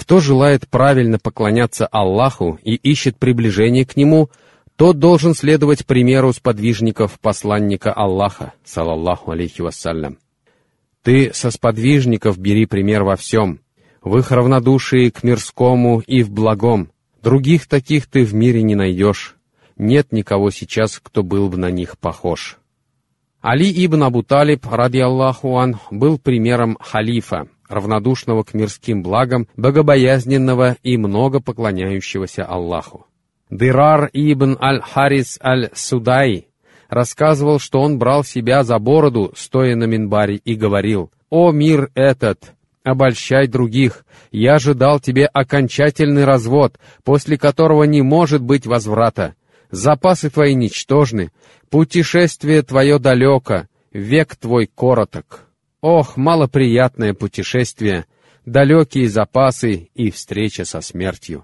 Кто желает правильно поклоняться Аллаху и ищет приближение к Нему, тот должен следовать примеру сподвижников посланника Аллаха, салаллаху алейхи вассалям. Ты со сподвижников бери пример во всем, в их равнодушии к мирскому и в благом. Других таких ты в мире не найдешь. Нет никого сейчас, кто был бы на них похож. Али ибн Абу Талиб, ради Аллаху ан, был примером халифа, равнодушного к мирским благам, богобоязненного и много поклоняющегося Аллаху. Дирар ибн аль-Харис аль-Судай рассказывал, что он брал себя за бороду, стоя на минбаре, и говорил: «О мир этот! Обольщай других! Я же дал тебе окончательный развод, после которого не может быть возврата. Запасы твои ничтожны, путешествие твое далеко, век твой короток. Ох, малоприятное путешествие, далекие запасы и встреча со смертью».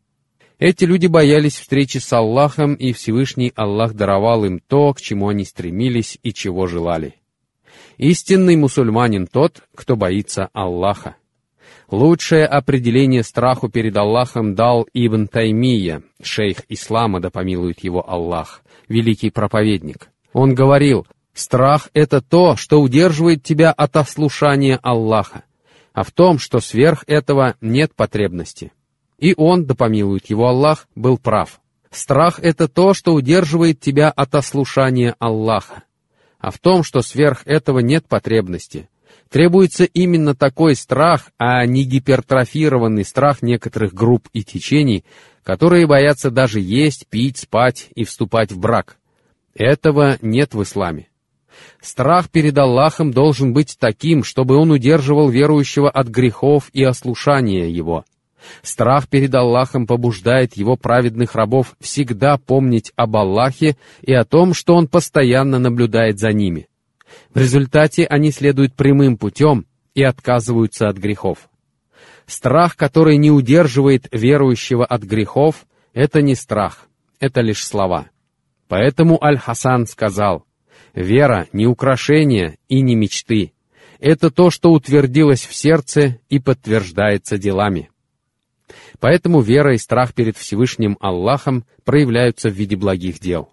Эти люди боялись встречи с Аллахом, и Всевышний Аллах даровал им то, к чему они стремились и чего желали. Истинный мусульманин тот, кто боится Аллаха. Лучшее определение страху перед Аллахом дал Ибн Таймия, шейх ислама, да помилует его Аллах, великий проповедник. Он говорил: страх — это то, что удерживает тебя от ослушания Аллаха, а в том, что сверх этого нет потребности. И он, да помилует его Аллах, был прав. Страх — это то, что удерживает тебя от ослушания Аллаха, а в том, что сверх этого нет потребности. Требуется именно такой страх, а не гипертрофированный страх некоторых групп и течений, которые боятся даже есть, пить, спать и вступать в брак. Этого нет в исламе. Страх перед Аллахом должен быть таким, чтобы он удерживал верующего от грехов и ослушания его. Страх перед Аллахом побуждает его праведных рабов всегда помнить об Аллахе и о том, что Он постоянно наблюдает за ними. В результате они следуют прямым путем и отказываются от грехов. Страх, который не удерживает верующего от грехов, это не страх, это лишь слова. Поэтому Аль-Хасан сказал: «Вера не украшение и не мечты. Это то, что утвердилось в сердце и подтверждается делами». Поэтому вера и страх перед Всевышним Аллахом проявляются в виде благих дел.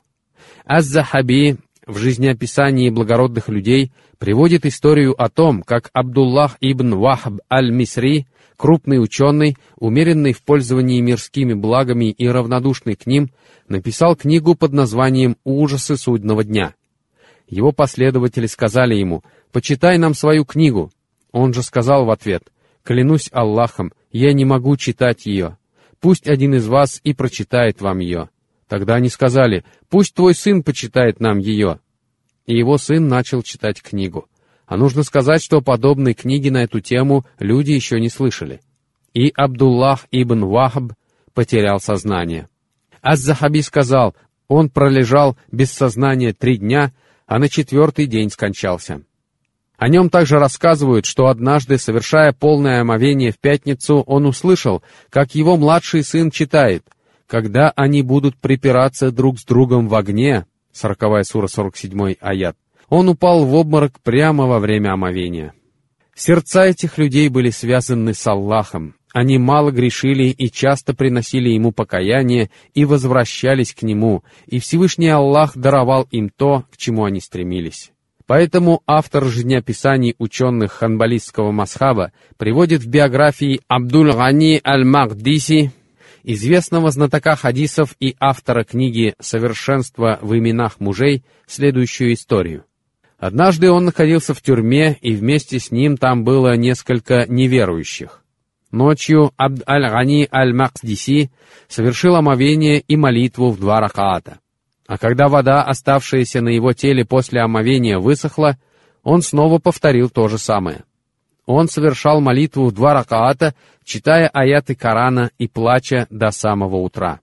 Аз-Захаби в жизнеописании благородных людей приводит историю о том, как Абдуллах ибн Вахб аль-Мисри, крупный ученый, умеренный в пользовании мирскими благами и равнодушный к ним, написал книгу под названием «Ужасы судного дня». Его последователи сказали ему: «Почитай нам свою книгу». Он же сказал в ответ: «Клянусь Аллахом, я не могу читать ее. Пусть один из вас и прочитает вам ее». Тогда они сказали: «Пусть твой сын почитает нам ее». И его сын начал читать книгу. А нужно сказать, что подобной книги на эту тему люди еще не слышали. И Абдуллах ибн Вахб потерял сознание. Аз-Захаби сказал: он пролежал без сознания 3 дня, а на 4-й день скончался. О нем также рассказывают, что однажды, совершая полное омовение в пятницу, он услышал, как его младший сын читает: «Когда они будут припираться друг с другом в огне», 40 сура, 47 аят, он упал в обморок прямо во время омовения. Сердца этих людей были связаны с Аллахом. Они мало грешили и часто приносили Ему покаяние и возвращались к Нему, и Всевышний Аллах даровал им то, к чему они стремились. Поэтому автор жизнеописаний ученых ханбалистского мазхаба приводит в биографии Абдуль-Гани аль-Магдиси, известного знатока хадисов и автора книги «Совершенство в именах мужей», следующую историю. Однажды он находился в тюрьме, и вместе с ним там было несколько неверующих. Ночью Абд аль-Гани аль-Магдиси совершил омовение и молитву в 2 ракаата. А когда вода, оставшаяся на его теле после омовения, высохла, он снова повторил то же самое. Он совершал молитву в 2 ракаата, читая аяты Корана и плача до самого утра.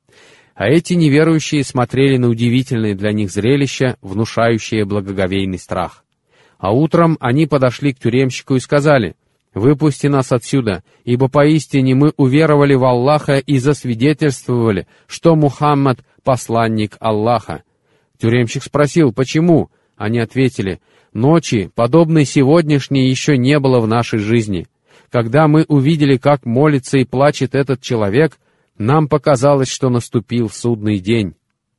А эти неверующие смотрели на удивительное для них зрелище, внушающее благоговейный страх. А утром они подошли к тюремщику и сказали: «Выпусти нас отсюда, ибо поистине мы уверовали в Аллаха и засвидетельствовали, что Мухаммад — посланник Аллаха». Тюремщик спросил: «Почему?» Они ответили: «Ночи, подобной сегодняшней, еще не было в нашей жизни. Когда мы увидели, как молится и плачет этот человек, нам показалось, что наступил судный день.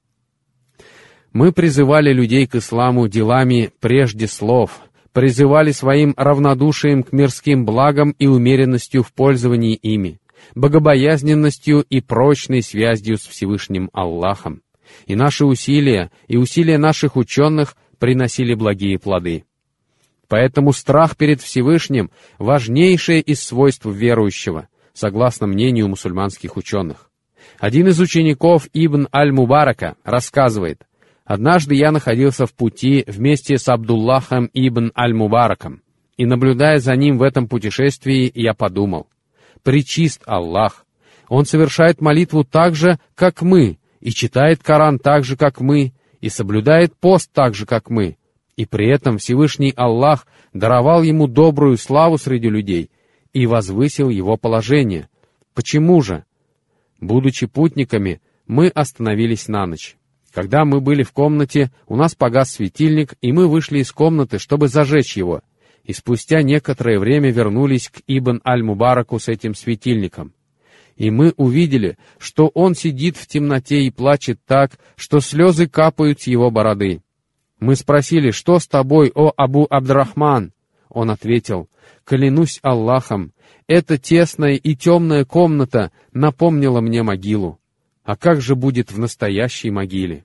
Мы призывали людей к исламу делами прежде слов, призывали своим равнодушием к мирским благам и умеренностью в пользовании ими, богобоязненностью и прочной связью с Всевышним Аллахом. И наши усилия, и усилия наших ученых приносили благие плоды. Поэтому страх перед Всевышним — важнейшее из свойств верующего, согласно мнению мусульманских ученых. Один из учеников Ибн Аль-Мубарака рассказывает: «Однажды я находился в пути вместе с Абдуллахом Ибн Аль-Мубараком, и, наблюдая за ним в этом путешествии, я подумал: пречист Аллах, Он совершает молитву так же, как мы, и читает Коран так же, как мы, и соблюдает пост так же, как мы, и при этом Всевышний Аллах даровал ему добрую славу среди людей и возвысил его положение. Почему же? Будучи путниками, мы остановились на ночь. Когда мы были в комнате, у нас погас светильник, и мы вышли из комнаты, чтобы зажечь его, и спустя некоторое время вернулись к Ибн Аль-Мубараку с этим светильником. И мы увидели, что он сидит в темноте и плачет так, что слезы капают с его бороды. Мы спросили: «Что с тобой, о Абу Абдрахман?» Он ответил: «Клянусь Аллахом, эта тесная и темная комната напомнила мне могилу. А как же будет в настоящей могиле?»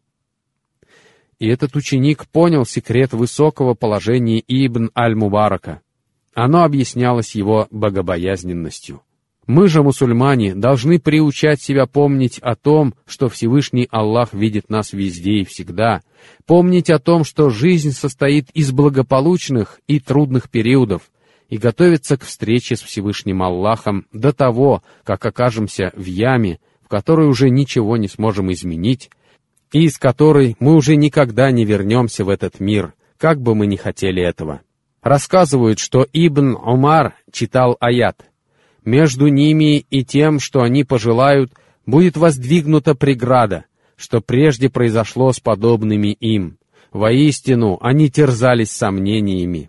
И этот ученик понял секрет высокого положения Ибн Аль-Мубарака. Оно объяснялось его богобоязненностью. Мы же, мусульмане, должны приучать себя помнить о том, что Всевышний Аллах видит нас везде и всегда, помнить о том, что жизнь состоит из благополучных и трудных периодов, и готовиться к встрече с Всевышним Аллахом до того, как окажемся в яме, в которой уже ничего не сможем изменить, и из которой мы уже никогда не вернемся в этот мир, как бы мы ни хотели этого. Рассказывают, что Ибн Умар читал аят: «Между ними и тем, что они пожелают, будет воздвигнута преграда, что прежде произошло с подобными им. Воистину, они терзались сомнениями».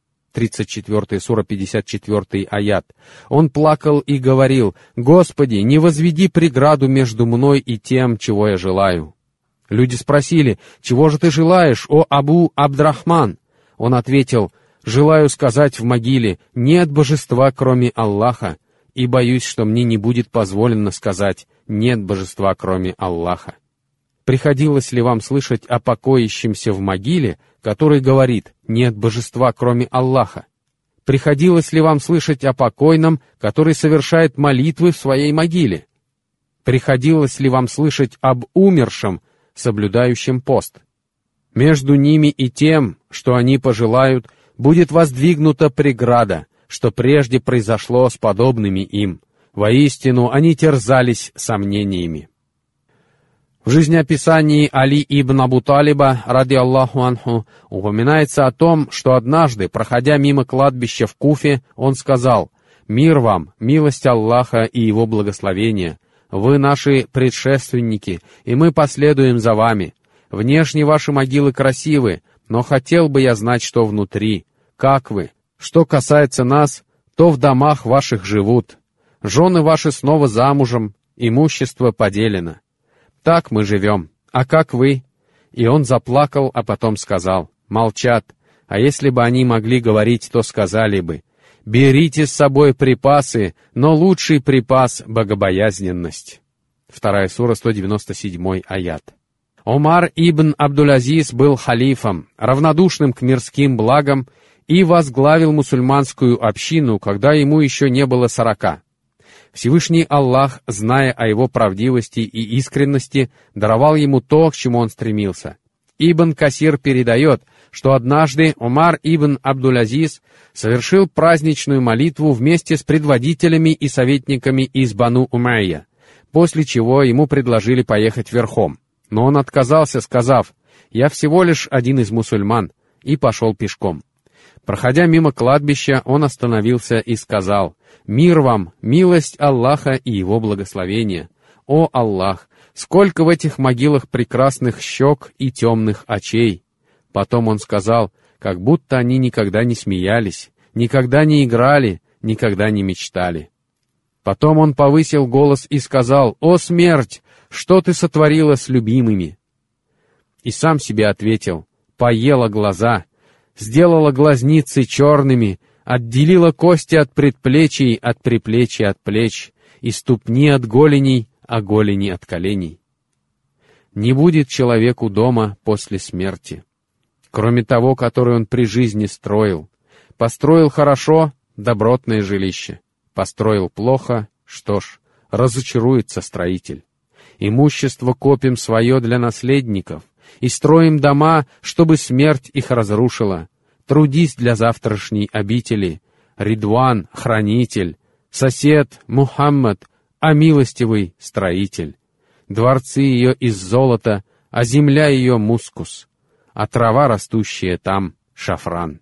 34 сура, 54 аят. Он плакал и говорил: «Господи, не возведи преграду между мной и тем, чего я желаю». Люди спросили: «Чего же ты желаешь, о Абу Абдрахман?» Он ответил: «Желаю сказать в могиле: нет божества, кроме Аллаха, и боюсь, что мне не будет позволено сказать: нет божества, кроме Аллаха». Приходилось ли вам слышать о покоящемся в могиле, который говорит: нет божества, кроме Аллаха? Приходилось ли вам слышать о покойном, который совершает молитвы в своей могиле? Приходилось ли вам слышать об умершем, соблюдающем пост? Между ними и тем, что они пожелают, будет воздвигнута преграда, что прежде произошло с подобными им. Воистину, они терзались сомнениями. В жизнеописании Али ибн Абу Талиба, ради Аллаху анху, упоминается о том, что однажды, проходя мимо кладбища в Куфе, он сказал: «Мир вам, милость Аллаха и Его благословение. Вы наши предшественники, и мы последуем за вами. Внешне ваши могилы красивы, но хотел бы я знать, что внутри. Как вы? Что касается нас, то в домах ваших живут. Жены ваши снова замужем, имущество поделено. Так мы живем. А как вы?» И он заплакал, а потом сказал: «Молчат. А если бы они могли говорить, то сказали бы: берите с собой припасы, но лучший припас — богобоязненность». 2 сура, 197 аят. Омар ибн Абдуль-Азиз был халифом, равнодушным к мирским благам, и возглавил мусульманскую общину, когда ему еще не было 40. Всевышний Аллах, зная о его правдивости и искренности, даровал ему то, к чему он стремился. Ибн Касир передает, что однажды Омар ибн Абдуль-Азиз совершил праздничную молитву вместе с предводителями и советниками из Бану Умайя, после чего ему предложили поехать верхом. Но он отказался, сказав: «Я всего лишь один из мусульман», и пошел пешком. Проходя мимо кладбища, он остановился и сказал: «Мир вам, милость Аллаха и Его благословение! О Аллах, сколько в этих могилах прекрасных щек и темных очей!» Потом он сказал, как будто они никогда не смеялись, никогда не играли, никогда не мечтали. Потом он повысил голос и сказал: «О смерть, что ты сотворила с любимыми?» И сам себе ответил: «Поела глаза, сделала глазницы черными, отделила кости от предплечий, от приплечья от плеч, и ступни от голеней, а голени от коленей». Не будет человеку дома после смерти, кроме того, который он при жизни строил. Построил хорошо — добротное жилище. Построил плохо — что ж, разочаруется строитель. Имущество копим свое для наследников, и строим дома, чтобы смерть их разрушила. Трудись для завтрашней обители. Ридван — хранитель, сосед — Мухаммад, а милостивый — строитель. Дворцы ее из золота, а земля ее — мускус, а трава, растущая там, — шафран.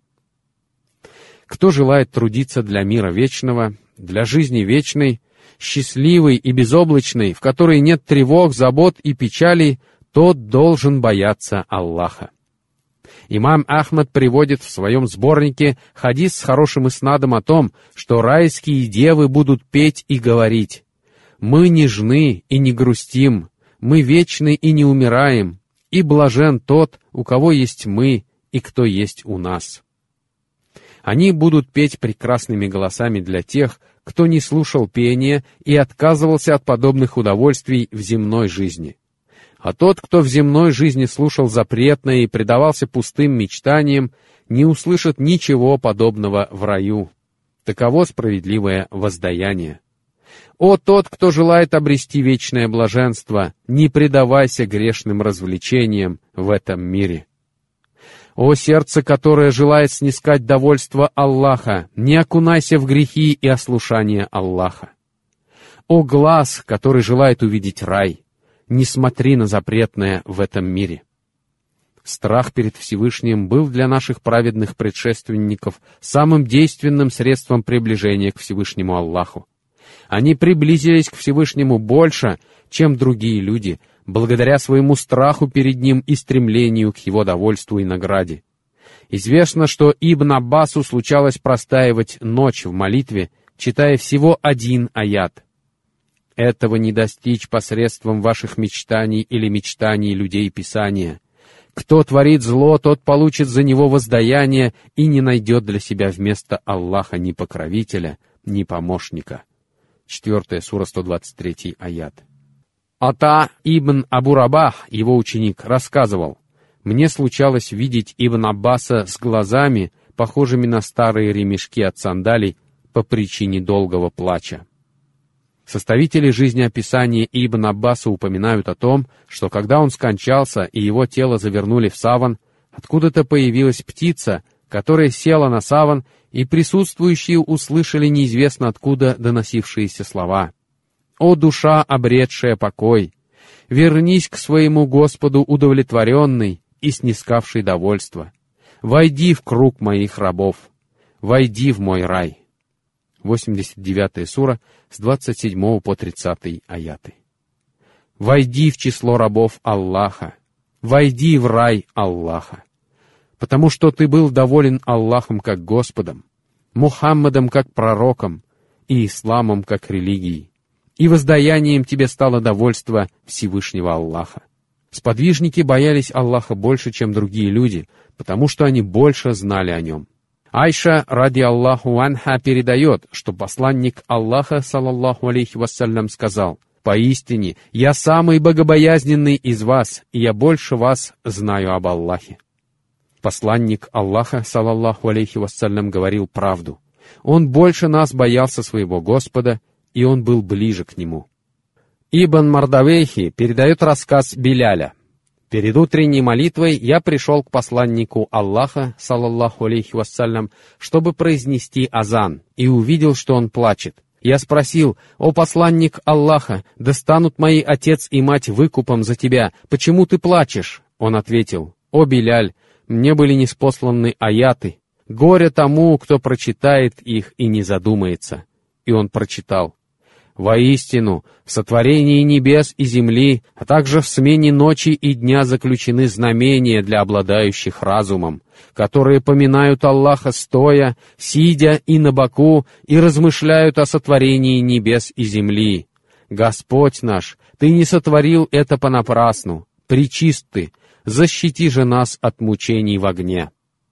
Кто желает трудиться для мира вечного, для жизни вечной, счастливой и безоблачной, в которой нет тревог, забот и печалей, тот должен бояться Аллаха. Имам Ахмад приводит в своем сборнике хадис с хорошим иснадом о том, что райские девы будут петь и говорить: «Мы нежны и не грустим, мы вечны и не умираем, и блажен тот, у кого есть мы и кто есть у нас». Они будут петь прекрасными голосами для тех, кто не слушал пения и отказывался от подобных удовольствий в земной жизни. А тот, кто в земной жизни слушал запретное и предавался пустым мечтаниям, не услышит ничего подобного в раю. Таково справедливое воздаяние. О тот, кто желает обрести вечное блаженство, не предавайся грешным развлечениям в этом мире. О сердце, которое желает снискать довольство Аллаха, не окунайся в грехи и ослушание Аллаха. О глаз, который желает увидеть рай, не смотри на запретное в этом мире. Страх перед Всевышним был для наших праведных предшественников самым действенным средством приближения к Всевышнему Аллаху. Они приблизились к Всевышнему больше, чем другие люди, благодаря своему страху перед Ним и стремлению к Его довольству и награде. Известно, что Ибн Аббасу случалось простаивать ночь в молитве, читая всего один аят. Этого не достичь посредством ваших мечтаний или мечтаний людей Писания. Кто творит зло, тот получит за него воздаяние и не найдет для себя вместо Аллаха ни покровителя, ни помощника. 4 сура, 123 аят. Ата ибн Абу Рабах, его ученик, рассказывал: «Мне случалось видеть Ибн Аббаса с глазами, похожими на старые ремешки от сандалий, по причине долгого плача». Составители жизнеописания Ибн Аббаса упоминают о том, что когда он скончался и его тело завернули в саван, откуда-то появилась птица, которая села на саван, и присутствующие услышали неизвестно откуда доносившиеся слова: «О душа, обретшая покой! Вернись к своему Господу удовлетворенный и снискавший довольство. Войди в круг моих рабов, войди в мой рай». 89 сура, с 27 по 30 аяты. «Войди в число рабов Аллаха, войди в рай Аллаха, потому что ты был доволен Аллахом как Господом, Мухаммадом как пророком и исламом как религией, и воздаянием тебе стало довольство Всевышнего Аллаха». Сподвижники боялись Аллаха больше, чем другие люди, потому что они больше знали о Нем. Айша, ради Аллаху анха, передает, что посланник Аллаха, саллаллаху алейхи вассалям, сказал: «Поистине, я самый богобоязненный из вас, и я больше вас знаю об Аллахе». Посланник Аллаха, саллаллаху алейхи вассалям, говорил правду. Он больше нас боялся своего Господа, и он был ближе к Нему. Ибн Мардавейхи передает рассказ Биляля. «Перед утренней молитвой я пришел к посланнику Аллаха, саллаллаху алейхи вассалям, чтобы произнести азан, и увидел, что он плачет. Я спросил: «О посланник Аллаха, да станут мои отец и мать выкупом за тебя, почему ты плачешь?» Он ответил: «О Биляль, мне были ниспосланы аяты. Горе тому, кто прочитает их и не задумается». И он прочитал: Воистину, в сотворении небес и земли, а также в смене ночи и дня заключены знамения для обладающих разумом, которые поминают Аллаха стоя, сидя и на боку, и размышляют о сотворении небес и земли. Господь наш, Ты не сотворил это понапрасну, пречист Ты, защити же нас от мучений в огне.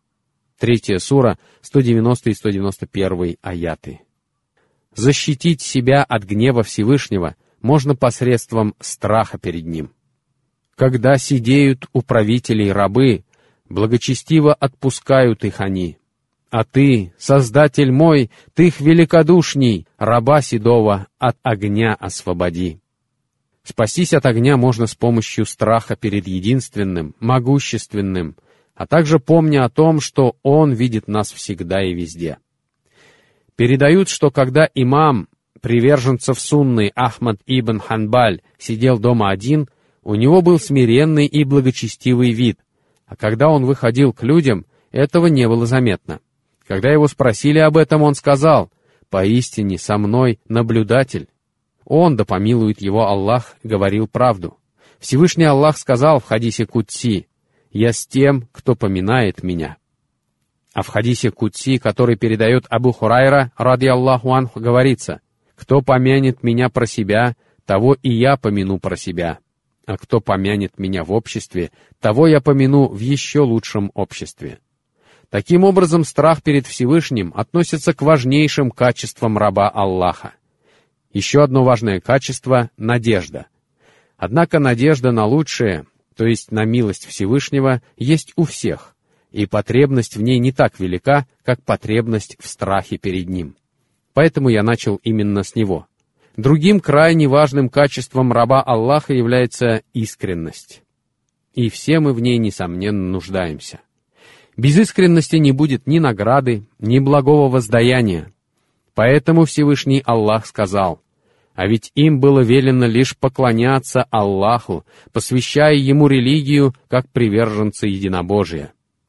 3 сура, 190 и 191 аяты. Защитить себя от гнева Всевышнего можно посредством страха перед Ним. Когда сидеют у правителей рабы, благочестиво отпускают их они. А Ты, Создатель мой, Ты их великодушней, раба седого от огня освободи. Спастись от огня можно с помощью страха перед единственным, могущественным, а также помня о том, что Он видит нас всегда и везде. Передают, что когда имам приверженцев сунны Ахмад ибн Ханбаль сидел дома один, у него был смиренный и благочестивый вид, а когда он выходил к людям, этого не было заметно. Когда его спросили об этом, он сказал: «Поистине со мной наблюдатель». Он, да помилует его Аллах, говорил правду. Всевышний Аллах сказал в хадисе Кудси: «Я с тем, кто поминает меня». А в хадисе Кудси, который передает Абу Хурайра, ради Аллаху анху, говорится: «Кто помянет меня про себя, того и я помяну про себя. А кто помянет меня в обществе, того я помяну в еще лучшем обществе». Таким образом, страх перед Всевышним относится к важнейшим качествам раба Аллаха. Еще одно важное качество — надежда. Однако надежда на лучшее, то есть на милость Всевышнего, есть у всех, и потребность в ней не так велика, как потребность в страхе перед Ним. Поэтому я начал именно с него. Другим крайне важным качеством раба Аллаха является искренность. И все мы в ней, несомненно, нуждаемся. Без искренности не будет ни награды, ни благого воздаяния. Поэтому Всевышний Аллах сказал: «А ведь им было велено лишь поклоняться Аллаху, посвящая Ему религию, как приверженцы единобожия».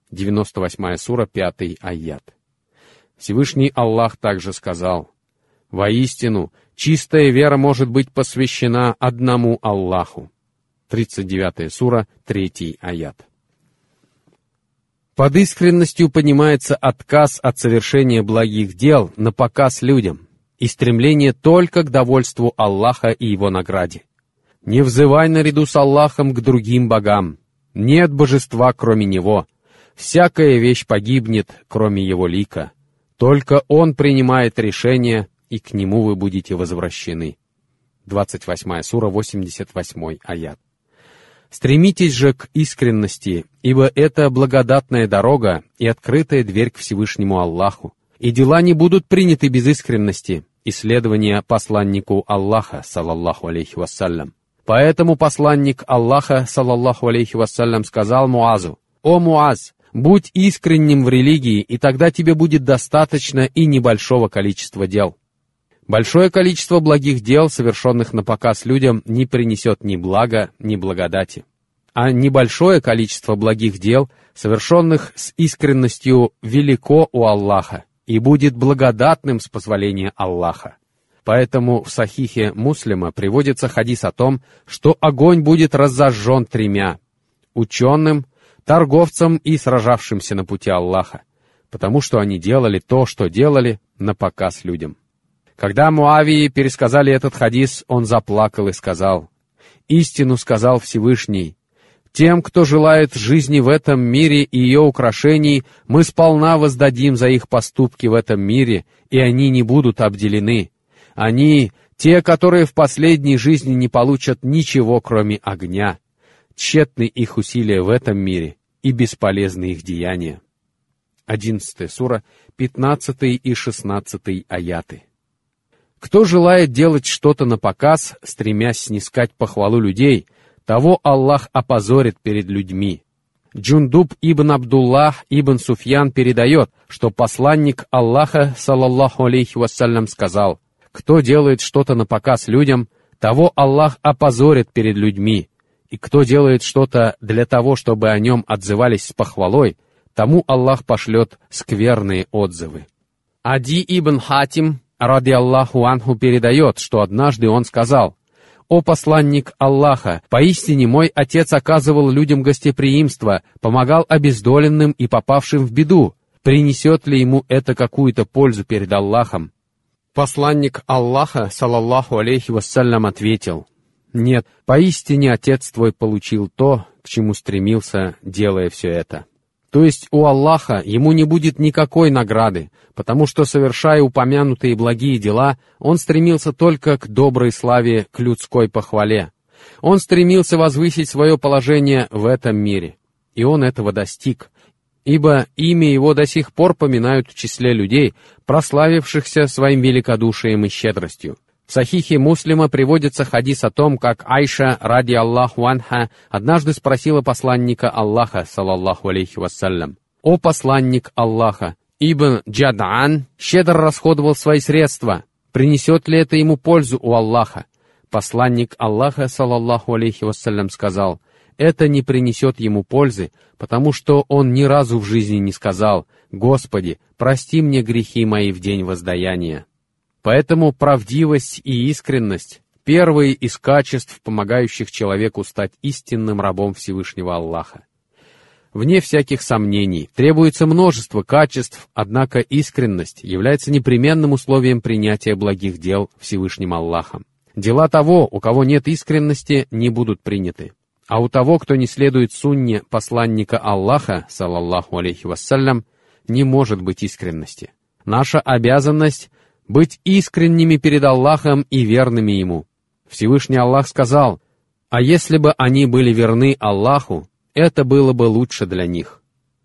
98 сура, 5 аят. Всевышний Аллах также сказал: «Воистину, чистая вера может быть посвящена одному Аллаху». 39 сура, 3 аят. Под искренностью понимается отказ от совершения благих дел на показ людям и стремление только к довольству Аллаха и Его награде. Не взывай наряду с Аллахом к другим богам. Нет божества, кроме Него. Всякая вещь погибнет, кроме Его лика. Только Он принимает решения, и к Нему вы будете возвращены. 28 сура, 88 аят. Стремитесь же к искренности, ибо это благодатная дорога и открытая дверь к Всевышнему Аллаху, и дела не будут приняты без искренности, и следования посланнику Аллаха, салаллаху алейхи вассалям. Поэтому посланник Аллаха, салаллаху алейхи вассалям, сказал Муазу: «О Муаз, будь искренним в религии, и тогда тебе будет достаточно и небольшого количества дел». Большое количество благих дел, совершенных на показ людям, не принесет ни блага, ни благодати. А небольшое количество благих дел, совершенных с искренностью, велико у Аллаха и будет благодатным с позволения Аллаха. Поэтому в Сахихе Муслима приводится хадис о том, что огонь будет разожжен 3: ученым, торговцам и сражавшимся на пути Аллаха, потому что они делали то, что делали, на показ людям. Когда Муавии пересказали этот хадис, он заплакал и сказал: «Истину сказал Всевышний: тем, кто желает жизни в этом мире и ее украшений, мы сполна воздадим за их поступки в этом мире, и они не будут обделены. Они, те, которые в последней жизни не получат ничего, кроме огня. Тщетны их усилия в этом мире, и бесполезны их деяния». 11 сура, 15 и 16 аяты. Кто желает делать что-то на показ, стремясь снискать похвалу людей, того Аллах опозорит перед людьми. Джундуб ибн Абдуллах ибн Суфьян передает, что посланник Аллаха, салаллаху алейхи вассалям, сказал: «Кто делает что-то на показ людям, того Аллах опозорит перед людьми, и кто делает что-то для того, чтобы о нем отзывались с похвалой, тому Аллах пошлет скверные отзывы». Ади ибн Хатим ради Аллаху анху передает, что однажды он сказал: «О посланник Аллаха, поистине мой отец оказывал людям гостеприимство, помогал обездоленным и попавшим в беду. Принесет ли ему это какую-то пользу перед Аллахом?» Посланник Аллаха, салаллаху алейхи вассалям, ответил: «Нет, поистине отец твой получил то, к чему стремился, делая все это». То есть у Аллаха ему не будет никакой награды, потому что, совершая упомянутые благие дела, он стремился только к доброй славе, к людской похвале. Он стремился возвысить свое положение в этом мире, и он этого достиг, ибо имя его до сих пор поминают в числе людей, прославившихся своим великодушием и щедростью. В Сахихе Муслима приводится хадис о том, как Айша, ради Аллаху анха, однажды спросила посланника Аллаха, салаллаху алейхи вассалям: «О посланник Аллаха, Ибн Джад'ан щедро расходовал свои средства. Принесет ли это ему пользу у Аллаха?» Посланник Аллаха, салаллаху алейхи вассалям, сказал: «Это не принесет ему пользы, потому что он ни разу в жизни не сказал: „Господи, прости мне грехи мои в день воздаяния“». Поэтому правдивость и искренность — первые из качеств, помогающих человеку стать истинным рабом Всевышнего Аллаха. Вне всяких сомнений, требуется множество качеств, однако искренность является непременным условием принятия благих дел Всевышним Аллахом. Дела того, у кого нет искренности, не будут приняты. А у того, кто не следует сунне посланника Аллаха, салаллаху алейхи вассалям, не может быть искренности. Наша обязанность — быть искренними перед Аллахом и верными Ему. Всевышний Аллах сказал: «А если бы они были верны Аллаху, это было бы лучше для них».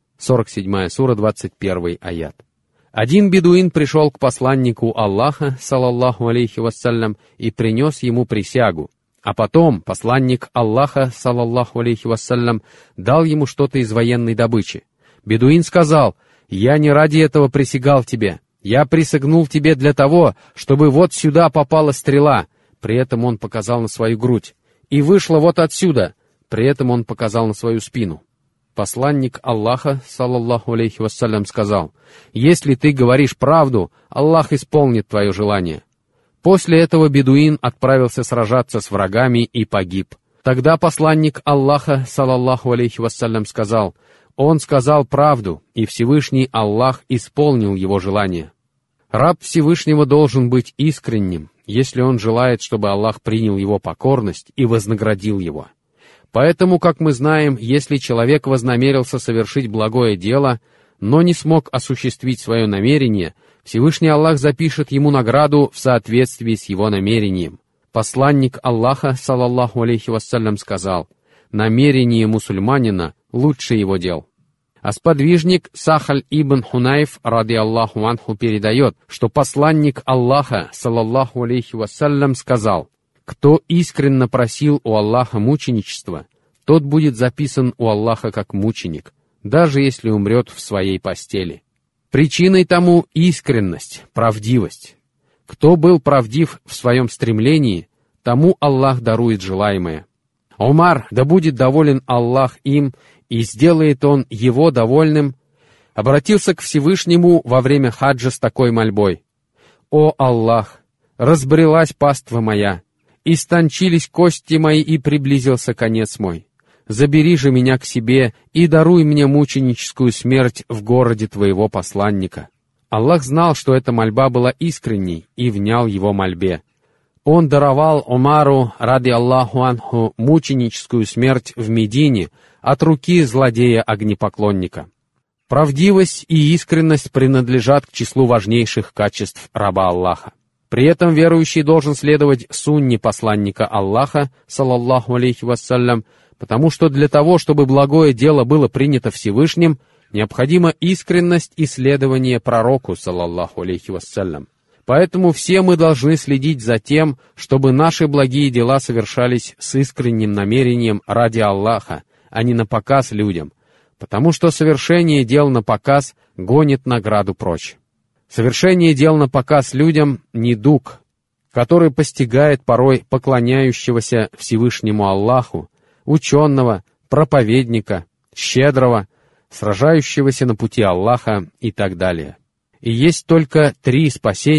47 сура, 21 аят. Один бедуин пришел к посланнику Аллаха, салаллаху алейхи вассалям, и принес ему присягу. А потом посланник Аллаха, салаллаху алейхи вассалям, дал ему что-то из военной добычи. Бедуин сказал: «Я не ради этого присягал тебе. Я присягнул тебе для того, чтобы вот сюда попала стрела». При этом он показал на свою грудь. «И вышла вот отсюда». При этом он показал на свою спину. Посланник Аллаха, салаллаху алейхи вассалям, сказал: «Если ты говоришь правду, Аллах исполнит твое желание». После этого бедуин отправился сражаться с врагами и погиб. Тогда посланник Аллаха, салаллаху алейхи вассалям, сказал: «Он сказал правду, и Всевышний Аллах исполнил его желание». Раб Всевышнего должен быть искренним, если он желает, чтобы Аллах принял его покорность и вознаградил его. Поэтому, как мы знаем, если человек вознамерился совершить благое дело, но не смог осуществить свое намерение, Всевышний Аллах запишет ему награду в соответствии с его намерением. Посланник Аллаха, салаллаху алейхи вассалям, сказал: «Намерение мусульманина лучше его дел». А сподвижник Сахаль ибн Хунайф, ради Аллаху анху, передает, что посланник Аллаха, салаллаху алейхи вассалям, сказал: «Кто искренне просил у Аллаха мученичества, тот будет записан у Аллаха как мученик, даже если умрет в своей постели». Причиной тому искренность, правдивость. Кто был правдив в своем стремлении, тому Аллах дарует желаемое. Умар, да будет доволен Аллах им, и сделает он его довольным, обратился к Всевышнему во время хаджа с такой мольбой: «О Аллах, разбрелась паства моя, истончились кости мои, и приблизился конец мой. Забери же меня к себе и даруй мне мученическую смерть в городе твоего посланника». Аллах знал, что эта мольба была искренней, и внял его мольбе. Он даровал Умару, ради Аллаху анху, мученическую смерть в Медине от руки злодея-огнепоклонника. Правдивость и искренность принадлежат к числу важнейших качеств раба Аллаха. При этом верующий должен следовать сунне посланника Аллаха, салаллаху алейхи вассалям, потому что для того, чтобы благое дело было принято Всевышним, необходима искренность и следование пророку, салаллаху алейхи вассалям. Поэтому все мы должны следить за тем, чтобы наши благие дела совершались с искренним намерением ради Аллаха, а не на показ людям, потому что совершение дел на показ гонит награду прочь. Совершение дел на показ людям — недуг, который постигает порой поклоняющегося Всевышнему Аллаху, ученого, проповедника, щедрого, сражающегося на пути Аллаха и так далее. И есть только 3 спасения,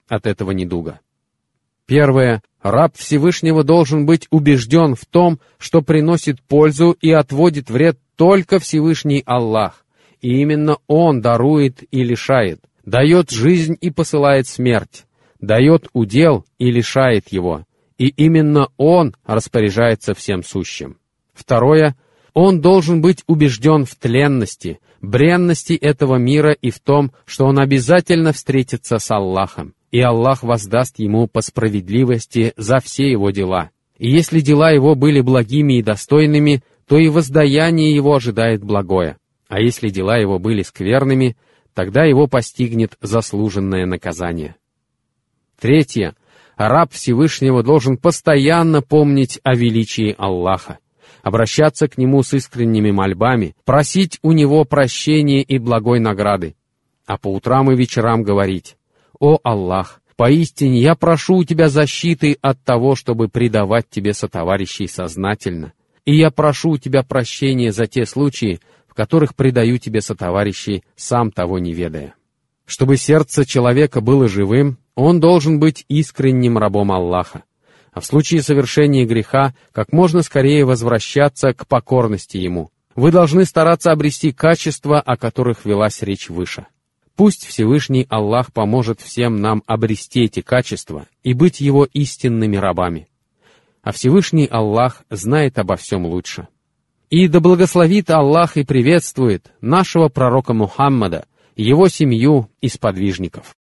от этого недуга. Первое. Раб Всевышнего должен быть убежден в том, что приносит пользу и отводит вред только Всевышний Аллах, и именно Он дарует и лишает, дает жизнь и посылает смерть, дает удел и лишает его, и именно Он распоряжается всем сущим. Второе. Он должен быть убежден в тленности, бренности этого мира и в том, что он обязательно встретится с Аллахом, и Аллах воздаст ему по справедливости за все его дела. И если дела его были благими и достойными, то и воздаяние его ожидает благое. А если дела его были скверными, тогда его постигнет заслуженное наказание. Третье. Раб Всевышнего должен постоянно помнить о величии Аллаха, обращаться к Нему с искренними мольбами, просить у Него прощения и благой награды, а по утрам и вечерам говорить: «О Аллах, поистине я прошу у Тебя защиты от того, чтобы предавать Тебе сотоварищей сознательно, и я прошу у Тебя прощения за те случаи, в которых предаю Тебе сотоварищей, сам того не ведая». Чтобы сердце человека было живым, он должен быть искренним рабом Аллаха, а в случае совершения греха как можно скорее возвращаться к покорности Ему. Вы должны стараться обрести качества, о которых велась речь выше. Пусть Всевышний Аллах поможет всем нам обрести эти качества и быть Его истинными рабами. А Всевышний Аллах знает обо всем лучше. И да благословит Аллах и приветствует нашего пророка Мухаммада, его семью и сподвижников.